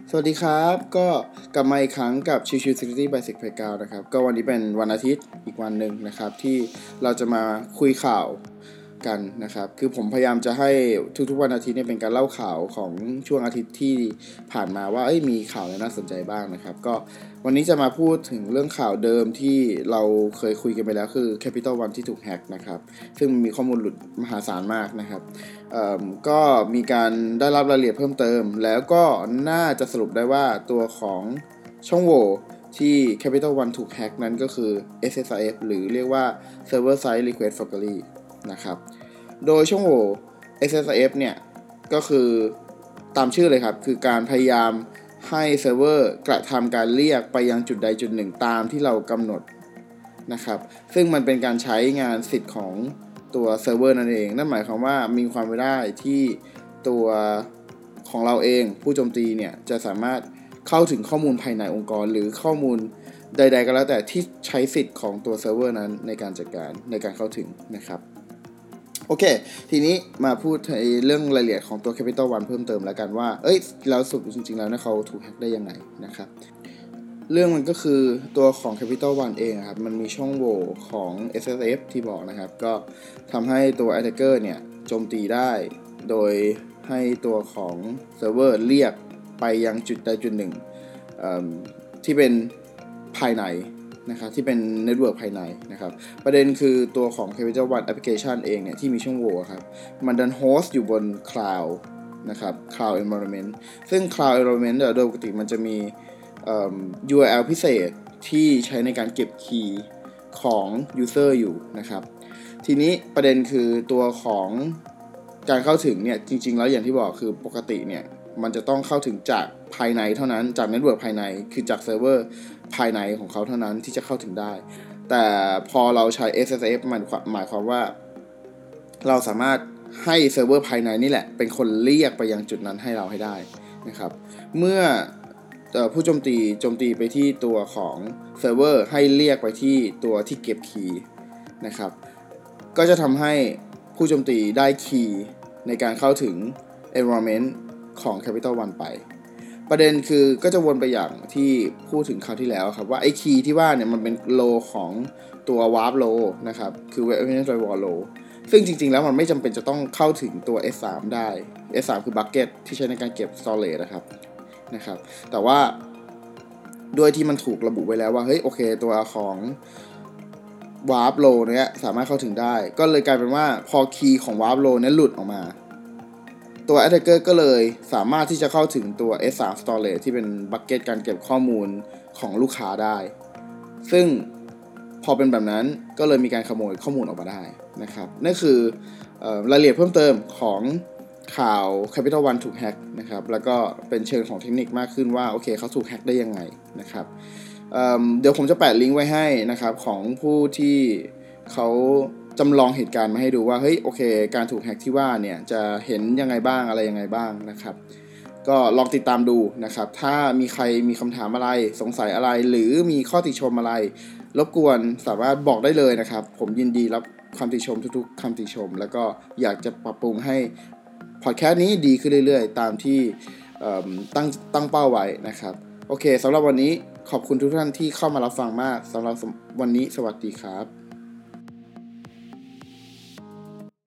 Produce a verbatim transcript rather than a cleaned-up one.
สวัสดีครับก็กลับมาอีกครั้งกับชิวชิว Security by Sec Playground นะครับก็วันนี้เป็นวันอาทิตย์อีกวันหนึ่งนะครับที่เราจะมาคุยข่าวกันนะครับคือผมพยายามจะให้ทุกๆวันอาทิตย์เนี่ยเป็นการเล่าข่าวของช่วงอาทิตย์ที่ผ่านมาว่ามีข่าวอะไรน่าสนใจบ้างนะครับก็วันนี้จะมาพูดถึงเรื่องข่าวเดิมที่เราเคยคุยกันไปแล้วคือ Capital One ที่ถูกแฮ็กนะครับซึ่งมีข้อมูลหลุดมหาศาลมากนะครับก็มีการได้รับรายละเอียดเพิ่มเติมแล้วก็น่าจะสรุปได้ว่าตัวของช่องโหว่ที่ Capital One ถูกแฮ็กนั้นก็คือ เอส เอส ไอ เอฟ หรือเรียกว่า Server Side Request Forgery นะครับโดยช่องโหว่ เอส เอส ไอ เอฟ เนี่ยก็คือตามชื่อเลยครับคือการพยายามให้เซิร์ฟเวอร์กระทำการเรียกไปยังจุดใดจุดหนึ่งตามที่เรากำหนดนะครับซึ่งมันเป็นการใช้งานสิทธิ์ของตัวเซิร์ฟเวอร์นั่นเองนั่นหมายความว่ามีความเป็นได้ที่ตัวของเราเองผู้โจมตีเนี่ยจะสามารถเข้าถึงข้อมูลภายในองค์กรหรือข้อมูลใดๆก็แล้วแต่ที่ใช้สิทธิ์ของตัวเซิร์ฟเวอร์นั้นในการจัดการในการเข้าถึงนะครับโอเคทีนี้มาพูดในเรื่องรายละเอียดของตัว Capital One เพิ่มเติมแล้วกันว่าเอ้ยแล้วสรุปจริงๆแล้วนะเขาถูกแฮ็กได้ยังไงนะครับเรื่องมันก็คือตัวของ Capital One เองครับมันมีช่องโหว่ของ เอส เอส ไอ เอฟ ที่บอกนะครับก็ทำให้ตัว attacker เนี่ยโจมตีได้โดยให้ตัวของเซิร์ฟเวอร์เรียกไปยังจุดใดจุดหนึ่งที่เป็นภายในนะครับที่เป็นเน็ตเวิร์กภายในนะครับประเด็นคือตัวของ Capital One Application เองเนี่ยที่มีช่องโหว่ครับมันดันโฮสต์อยู่บน Cloud นะครับ Cloud Environment ซึ่ง Cloud Environment โดยปกติมันจะมี ยู อาร์ แอล พิเศษที่ใช้ในการเก็บคีย์ของ User อยู่นะครับทีนี้ประเด็นคือตัวของการเข้าถึงเนี่ยจริงๆแล้วอย่างที่บอกคือปกติเนี่ยมันจะต้องเข้าถึงจากภายในเท่านั้นจากเน็ตเวิร์กภายในคือจากเซิร์ฟเวอร์ภายในของเขาเท่านั้นที่จะเข้าถึงได้แต่พอเราใช้ เอส เอส ไอ เอฟ มันหมายความว่าเราสามารถให้เซิร์ฟเวอร์ภายในนี่แหละเป็นคนเรียกไปยังจุดนั้นให้เราให้ได้นะครับเมื่อผู้โจมตีโจมตีไปที่ตัวของเซิร์ฟเวอร์ให้เรียกไปที่ตัวที่เก็บคีย์นะครับก็จะทำให้ผู้โจมตีได้คีย์ในการเข้าถึง environment ของ Capital One ไปประเด็นคือก็จะวนไปอย่างที่พูดถึงคราวที่แล้วครับว่าไอ้คีย์ที่ว่าเนี่ยมันเป็นโลของตัว warp low นะครับคือ web firewall low ซึ่งจริงๆแล้วมันไม่จำเป็นจะต้องเข้าถึงตัว เอส ทรี ได้ เอส ทรี คือ bucket ที่ใช้ในการเก็บ storage นะครับนะครับแต่ว่าด้วยที่มันถูกระบุไว้แล้วว่าเฮ้ยโอเคตัวของ warp low เนี่ยสามารถเข้าถึงได้ก็เลยกลายเป็นว่าพอคีย์ของ warp low เนี่ยหลุดออกมาตัว attacker ก็เลยสามารถที่จะเข้าถึงตัว เอส ทรี storage ที่เป็น bucket การเก็บข้อมูลของลูกค้าได้ซึ่งพอเป็นแบบนั้นก็เลยมีการขโมยข้อมูลออกมาได้นะครับนั่นคือเอ่อรายละเอียดเพิ่มเติมของข่าว Capital One ถูกแฮ็กนะครับแล้วก็เป็นเชิงของเทคนิคมากขึ้นว่าโอเคเขาถูกแฮ็กได้ยังไงนะครับ เ, เดี๋ยวผมจะแปะลิงก์ไว้ให้นะครับของผู้ที่เขาจำลองเหตุการณ์มาให้ดูว่าเฮ้ยโอเคการถูกแฮ็กที่ว่าเนี่ยจะเห็นยังไงบ้างอะไรยังไงบ้างนะครับก็ลองติดตามดูนะครับถ้ามีใครมีคำถามอะไรสงสัยอะไรหรือมีข้อติชมอะไรรบกวนสามารถบอกได้เลยนะครับผมยินดีรับคำติชมทุกๆคำติชมแล้วก็อยากจะปรับปรุงให้พอดแคสต์นี้ดีขึ้นเรื่อยๆตามที่ตั้งตั้งเป้าไว้นะครับโอเคสำหรับวันนี้ขอบคุณทุกท่านที่เข้ามารับฟังมากสำหรับวันนี้สวัสดีครับ